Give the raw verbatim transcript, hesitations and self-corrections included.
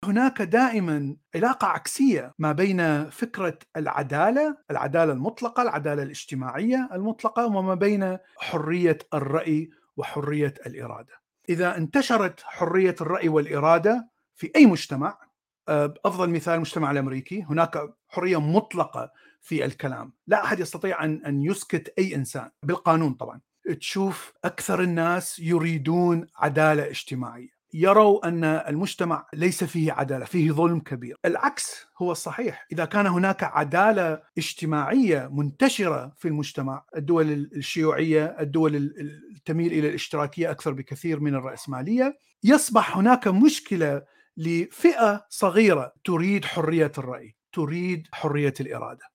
هناك دائما علاقة عكسية ما بين فكرة العدالة العدالة المطلقة، العدالة الاجتماعية المطلقة، وما بين حرية الرأي وحرية الإرادة. إذا انتشرت حرية الرأي والإرادة في أي مجتمع، أفضل مثال المجتمع الأمريكي، هناك حرية مطلقة في الكلام، لا أحد يستطيع أن أن يسكت أي إنسان بالقانون. طبعا تشوف أكثر الناس يريدون عدالة اجتماعية، يروا أن المجتمع ليس فيه عدالة، فيه ظلم كبير. العكس هو الصحيح، إذا كان هناك عدالة اجتماعية منتشرة في المجتمع، الدول الشيوعية، الدول التميل إلى الاشتراكية أكثر بكثير من الرأسمالية، يصبح هناك مشكلة لفئة صغيرة تريد حرية الرأي، تريد حرية الإرادة.